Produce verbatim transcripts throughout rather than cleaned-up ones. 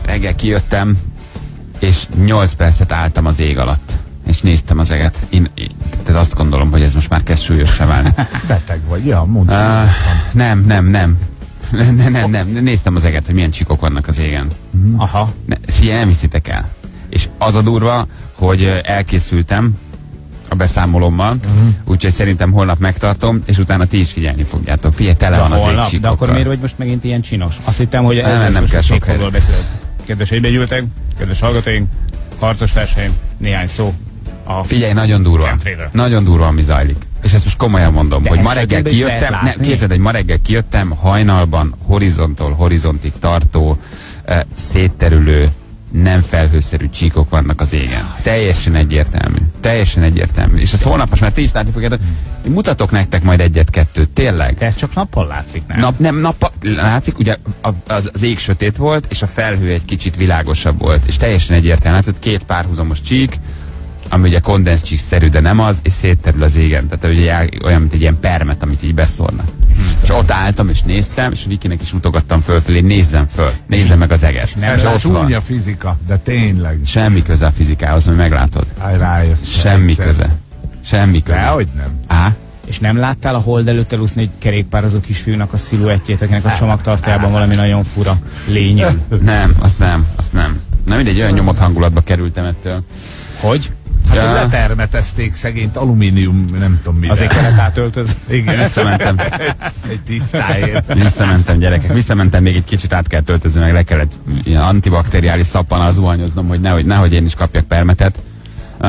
reggel kijöttem, és nyolc percet álltam az ég alatt, és néztem az eget. Én, én tehát azt gondolom, hogy ez most már kezd súlyossá válni. Beteg vagy, ja, mondd. Uh, nem, nem, nem. Nem, nem, nem. Néztem az eget, hogy milyen csikok vannak az égen. Aha. Ne, figyelj, nem hiszitek el. És az a durva, hogy elkészültem a beszámolommal, uh-huh. úgyhogy szerintem holnap megtartom, és utána ti is figyelni fogjátok. Figyelj, tele van az ég csikokkal. De akkor miért vagy most megint ilyen csinos? Azt hittem, hogy ez nem, nem kell sok helyre. Kedves egybegyűltek, kedves hallgatóink, harcos társaim, néhány szó. A Figyelj, nagyon durva. Nagyon durva, ami zajlik. És ezt most komolyan mondom, de hogy ma reggel kijöttem, ne, képzeld, hogy ma reggel kijöttem, hajnalban horizonttól horizontig tartó, uh, szétterülő, nem felhőszerű csíkok vannak az égen. Teljesen egyértelmű. Teljesen egyértelmű. És ezt holnap most már ti is látni fogjátok. Mutatok nektek majd egyet-kettőt, tényleg. De ez csak nappal látszik, nem? Nap, nem, nappal látszik, ugye az, az ég sötét volt, és a felhő egy kicsit világosabb volt. És teljesen egyértelmű. Látszott két párhuzamos csík, ami ugye kondenszcsík-szerű, de nem az, és szétterül az égen. Tehát ugye olyan, mint egy ilyen permet, amit így beszórnak. Hmm. És ott álltam, és néztem, és a Vikinek is mutogattam fölfelé, nézzem föl, nézzem meg az eget. Ez a csúnya fizika, de tényleg. Semmi köze a fizikához, hogy meglátod. Állj, rájössz. Semmi köze. Semmi köze. Dehogy nem. Á? És nem láttál a hold előtt elúszni egy kerékpározó kisfiúnak a sziluettjét, akinek a csomagtartájában valami nagyon fura lényű? Nem, azt nem, azt nem. Nem mindegy, olyan nyomott hangulatba kerültem ettől. Hogy? Hát, ja. Lepermetezték szegényt alumínium, nem tudom mire. Azért kellett átöltözni. Igen, visszamentem. Egy tisztáért. Visszamentem, gyerekek. Visszamentem, még egy kicsit át kell töltözni, meg le kellett ilyen antibakteriális szappannal zuhanyoznom, hogy nehogy, nehogy én is kapjak permetet. Uh,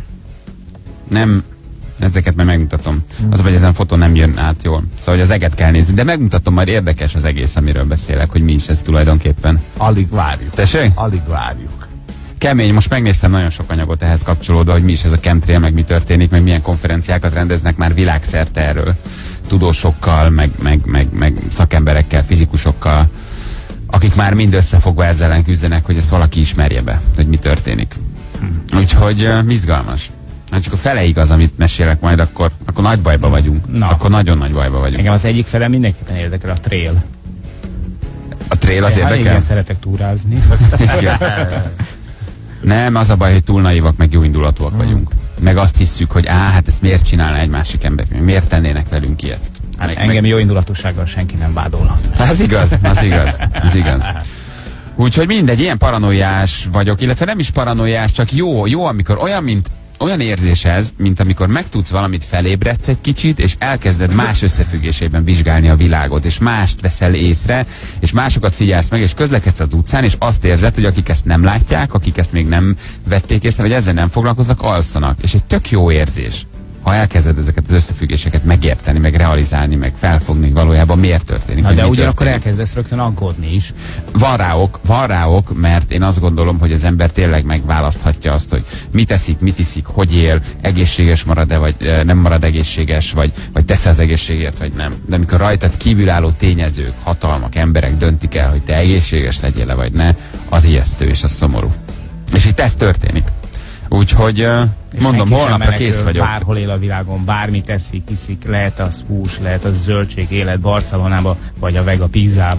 nem, ezeket majd megmutatom. Az, hogy ezen fotón nem jön át jól. Szóval, hogy az eget kell nézni. De megmutatom, majd érdekes az egész, amiről beszélek, hogy mi is ez tulajdonképpen. Alig várjuk. Tessék? Alig várjuk. Kemény, most megnéztem nagyon sok anyagot ehhez kapcsolódva, hogy mi is ez a chemtrail, meg mi történik, meg milyen konferenciákat rendeznek már világszerte erről. Tudósokkal, meg, meg, meg, meg szakemberekkel, fizikusokkal, akik már mind összefogva ezzel ellen küzdenek, hogy ezt valaki ismerje be, hogy mi történik. Úgyhogy uh, izgalmas. Ha csak a fele igaz, amit mesélek majd, akkor, akkor nagy bajba vagyunk. Na. Akkor nagyon nagy bajba vagyunk. Engem az egyik fele mindenképpen érdekel, a trail. A trail az érdekel? Igen, szeretek túrázni. Nem, az a baj, hogy túl naivak, meg jóindulatúak hmm. vagyunk. Meg azt hisszük, hogy á, hát ezt miért csinálna egy másik ember? Miért tennének velünk ilyet? Hát meg, engem meg... jóindulatúsággal senki nem vádolhat. Az igaz, az igaz, az igaz. Úgyhogy mindegy, ilyen paranoiás vagyok, illetve nem is paranoiás, csak jó, jó, amikor olyan, mint olyan érzés ez, mint amikor megtudsz valamit, felébredsz egy kicsit, és elkezded más összefüggésében vizsgálni a világot, és mást veszel észre, és másokat figyelsz meg, és közlekedsz az utcán, és azt érzed, hogy akik ezt nem látják, akik ezt még nem vették észre, vagy ezzel nem foglalkoznak, alszanak. És egy tök jó érzés, ha elkezded ezeket az összefüggéseket megérteni, meg realizálni, meg felfogni, valójában miért történik. Na de ugyanakkor elkezdesz rögtön aggódni is. Van rá ok, van rá ok, mert én azt gondolom, hogy az ember tényleg megválaszthatja azt, hogy mit teszik, mit iszik, hogy él, egészséges marad-e, vagy nem marad egészséges, vagy, vagy tesz az egészségért, vagy nem. De amikor rajtad kívülálló tényezők, hatalmak, emberek döntik el, hogy te egészséges legyél-e, vagy ne, az ijesztő és az szomorú. És itt ez történik. Úgyhogy uh, mondom, holnapra kész vagyok. Bárhol él a világon, bármit eszik, iszik, lehet az hús, lehet az zöldség, élet Barcelonába, vagy a Vega pizzába.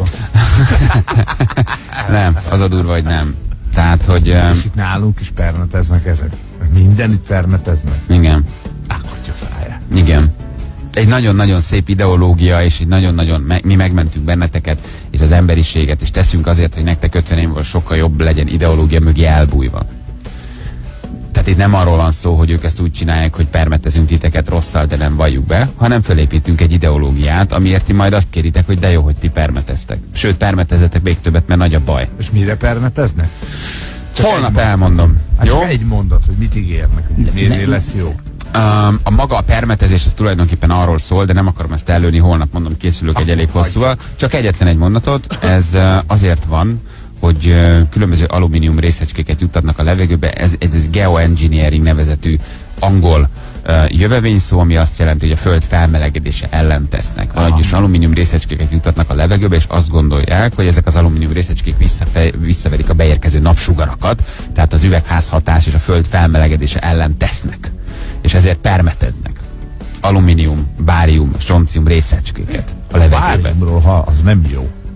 Nem, az a durva, hogy nem. Tehát, hogy... Uh, és itt nálunk is permeteznek ezek. Minden itt permeteznek. Igen. Akkor fájja. Igen. Egy nagyon-nagyon szép ideológia, és egy nagyon-nagyon, me mi megmentünk benneteket, és az emberiséget, és teszünk azért, hogy nektek ötven évvel sokkal jobb legyen ideológia mögé elbújva. Tehát itt nem arról van szó, hogy ők ezt úgy csinálják, hogy permetezünk titeket rosszal, de nem valljuk be, hanem fölépítünk egy ideológiát, amiért ti majd azt kéritek, hogy de jó, hogy ti permeteztek. Sőt, permetezetek még többet, mert nagy a baj. És mire permeteznek? Csak Holnap elmondom. Hát jó? Csak egy mondat, hogy mit ígérnek, hogy miért lesz jó. Um, a maga a permetezés az tulajdonképpen arról szól, de nem akarom ezt előni, holnap mondom, készülök egy elég hosszúval. Csak egyetlen egy mondatot, ez uh, azért van, hogy uh, különböző alumínium részecskéket juttatnak a levegőbe, ez, ez, ez geoengineering nevezetű angol uh, jövevényszó, ami azt jelenti, hogy a föld felmelegedése ellen tesznek. Vagyis alumínium részecskéket juttatnak a levegőbe, és azt gondolják, hogy ezek az alumínium részecskék visszafe, visszaverik a beérkező napsugarakat, tehát az üvegházhatás és a föld felmelegedése ellen tesznek. És ezért permeteznek alumínium, bárium, stroncium részecskéket a levegőbe. Báriumról, ha az nem jó.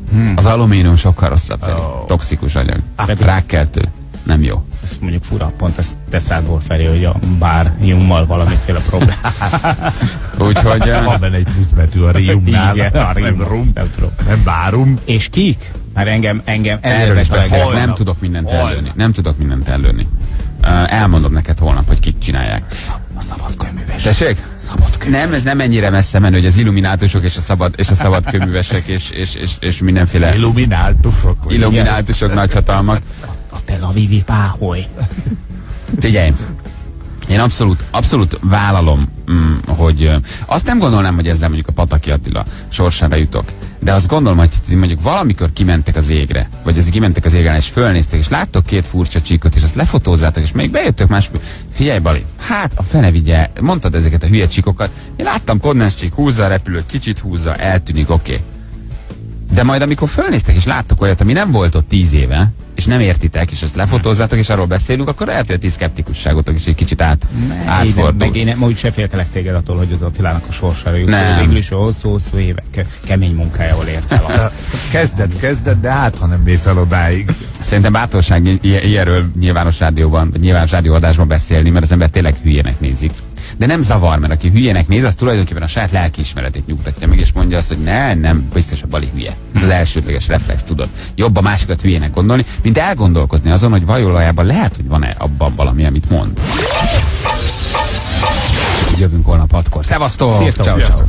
Hmm. Az alumínium sokkal rosszabb, Feri. Oh. Toxikus anyag. Ah, rákkeltő. Nem jó. Ez mondjuk fura, pont ezt teszed volt felé, hogy a báriummal valamiféle probléma. Úgyhogy... Van benne egy pluszbetű a riumnál. Igen, a rium, nem rum, nem tudom. Nem bárum. És kik? Már engem, engem erről is beszélek, nem tudok mindent ellőni. Nem tudok mindent ellőni. Uh, elmondom neked holnap, hogy kik csinálják. A szabad kőművesek. Tessék? Szabad kőművesek. Nem, ez nem ennyire messze menő, hogy az illuminátusok és a szabad, és a szabad kőművesek és, és, és, és mindenféle... Illuminátusok. Illuminátusok nagyhatalmak. A Tel Avivi páholy. Figyelj! Én abszolút, abszolút vállalom, mm, hogy azt nem gondolnám, hogy ezzel mondjuk a Pataki Attila sorsára jutok. De azt gondolom, hogy mondjuk valamikor kimentek az égre, vagy ez kimentek az égre, és fölnéztek, és láttok két furcsa csíkot, és azt lefotózzátok, és még bejöttök más. Figyelj, Bali, hát a fene vigye, mondtad ezeket a hülye csíkokat, én láttam kondenscsík, húzza a repülőt, kicsit húzza, eltűnik, oké. Okay. De majd amikor fölnéztek, és láttok olyat, ami nem volt ott tíz éve, és nem értitek, és azt lefotózzátok, és arról beszélünk, akkor lehet, hogy a tíz szkeptikusságotok is egy kicsit át, átfordul. Meg én ma úgy se féltelek téged attól, hogy az Attilának a sorsára jut. Végül is hosszú-hosszú évek kemény munkájával ért el azt. Kezded, kezded, de hát, ha nem mész el odáig. Szerintem bátorság ilyenről nyilvános rádióban, vagy nyilvános rádióadásban beszélni, mert az ember tényleg hülyének nézik. De nem zavar, mert aki hülyének néz, az tulajdonképpen a saját lelkiismeretét nyugtatja meg, és mondja azt, hogy ne, nem, biztos a Bali hülye. Ez az elsődleges reflex, tudod. Jobb a másikat hülyének gondolni, mint elgondolkozni azon, hogy vajon valójában lehet, hogy van-e abban valami, amit mond. Jövünk holnap hatkor. Szevasztok! Sziasztok! Ciao, ciao.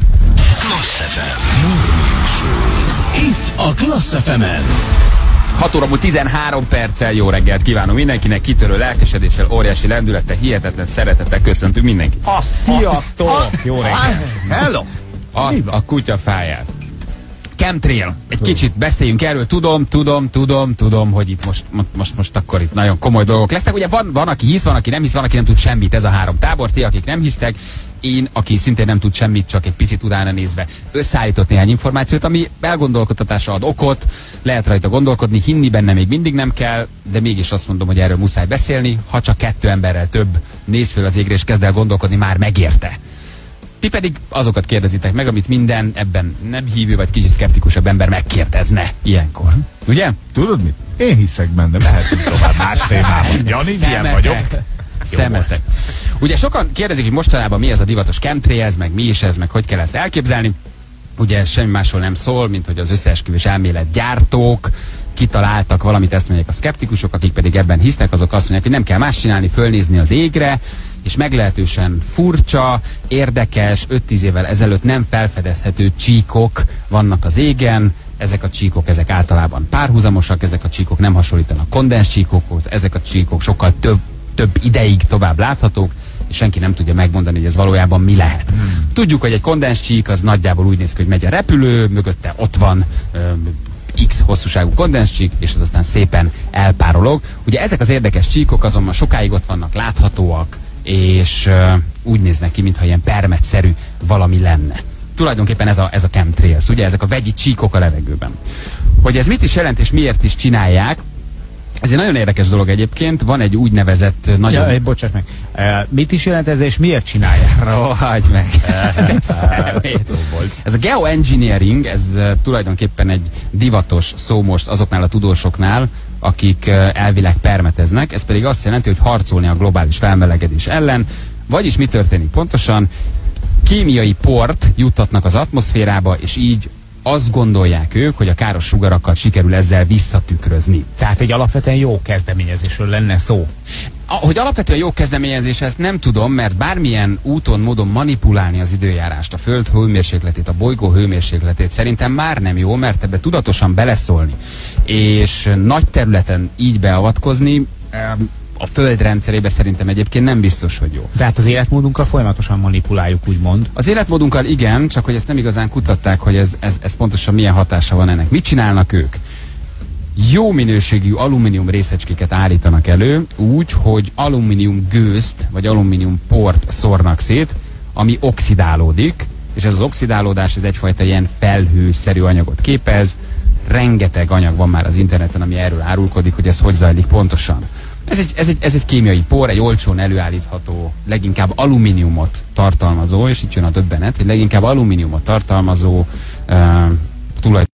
Itt a Klassz ef emen. hat óra múlt tizenhárom perccel jó reggelt kívánunk mindenkinek, kitörő lelkesedéssel, óriási lendülettel, hihetetlen szeretettel köszöntünk mindenkit. A sziasztok! Jó reggelt! Hello! A, a kutyafáját. Chemtrail. Egy kicsit beszéljünk erről. Tudom, tudom, tudom, tudom, hogy itt most, most, most akkor itt nagyon komoly dolgok lesznek. Ugye van, van, aki hisz, van, aki nem hisz, van, aki nem tud semmit. Ez a három tábor. Ti, akik nem hisztek, én, aki szintén nem tud semmit, csak egy picit utána nézve összeállított néhány információt, ami elgondolkodtatásra ad okot, lehet rajta gondolkodni, hinni benne még mindig nem kell, de mégis azt mondom, hogy erről muszáj beszélni. Ha csak kettő emberrel több néz föl az égre és kezd el gondolkodni, már megérte. Ti pedig azokat kérdezitek meg, amit minden ebben nem hívő vagy kicsit szkeptikusabb ember megkérdezne ilyenkor. Ugye? Tudod mit? Én hiszek benne, mehetünk tovább más témában. Jani, milyen vagyok? Szemetek. Ugye sokan kérdezik, hogy mostanában mi ez a divatos chemtrail, ez meg mi is ez, meg hogy kell ezt elképzelni. Ugye semmi másról nem szól, mint hogy az összeesküvés elmélet gyártók kitaláltak valamit, ezt mondják a szkeptikusok, akik pedig ebben hisznek, azok azt mondják, hogy nem kell más csinálni, fölnézni az égre, és meglehetősen furcsa, érdekes, öt-tíz évvel ezelőtt nem felfedezhető csíkok vannak az égen. Ezek a csíkok, ezek általában párhuzamosak, ezek a csíkok nem hasonlítanak kondens csíkokhoz, ezek a csíkok sokkal több, több ideig tovább láthatók, és senki nem tudja megmondani, hogy ez valójában mi lehet. Hmm. Tudjuk, hogy egy kondens csík az nagyjából úgy néz ki, hogy megy a repülő, mögötte ott van ö, X hosszúságú kondenscsík, és az aztán szépen elpárolog. Ugye ezek az érdekes csíkok azonban sokáig ott vannak, láthatóak, és uh, úgy néznek ki, mintha ilyen permetszerű valami lenne. Tulajdonképpen ez a, ez a chemtrails, ugye ezek a vegyi csíkok a levegőben. Hogy ez mit is jelent és miért is csinálják, ez egy nagyon érdekes dolog egyébként, van egy úgynevezett nagyon... Ja, bocsáss meg, uh, mit is jelent ez és miért csinálják? Rohagyj meg! Ez a geoengineering, ez uh, tulajdonképpen egy divatos szó most azoknál a tudósoknál, akik uh, elvileg permeteznek, ez pedig azt jelenti, hogy harcolni a globális felmelegedés ellen, vagyis mi történik pontosan? Kémiai port juttatnak az atmoszférába, és így azt gondolják ők, hogy a káros sugarakat sikerül ezzel visszatükrözni. Tehát egy alapvetően jó kezdeményezésről lenne szó. Hogy alapvetően jó kezdeményezés, ezt nem tudom, mert bármilyen úton, módon manipulálni az időjárást, a föld hőmérsékletét, a bolygó hőmérsékletét szerintem már nem jó, mert ebbe tudatosan beleszólni, és nagy területen így beavatkozni, a föld rendszerébe szerintem egyébként nem biztos, hogy jó. De hát az életmódunkkal folyamatosan manipuláljuk, úgymond. Az életmódunkkal igen, csak hogy ezt nem igazán kutatták, hogy ez, ez, ez pontosan milyen hatása van ennek. Mit csinálnak ők? Jó minőségű alumínium részecskéket állítanak elő, úgy, hogy alumínium gőzt, vagy alumínium port szórnak szét, ami oxidálódik, és ez az oxidálódás ez egyfajta ilyen felhőszerű anyagot képez. Rengeteg anyag van már az interneten, ami erről árulkodik, hogy ez hogy zajlik pontosan. Ez egy, ez, egy, ez egy kémiai por, egy olcsón előállítható, leginkább alumíniumot tartalmazó, és itt jön a döbbenet, hogy leginkább alumíniumot tartalmazó uh, tulajdonképpen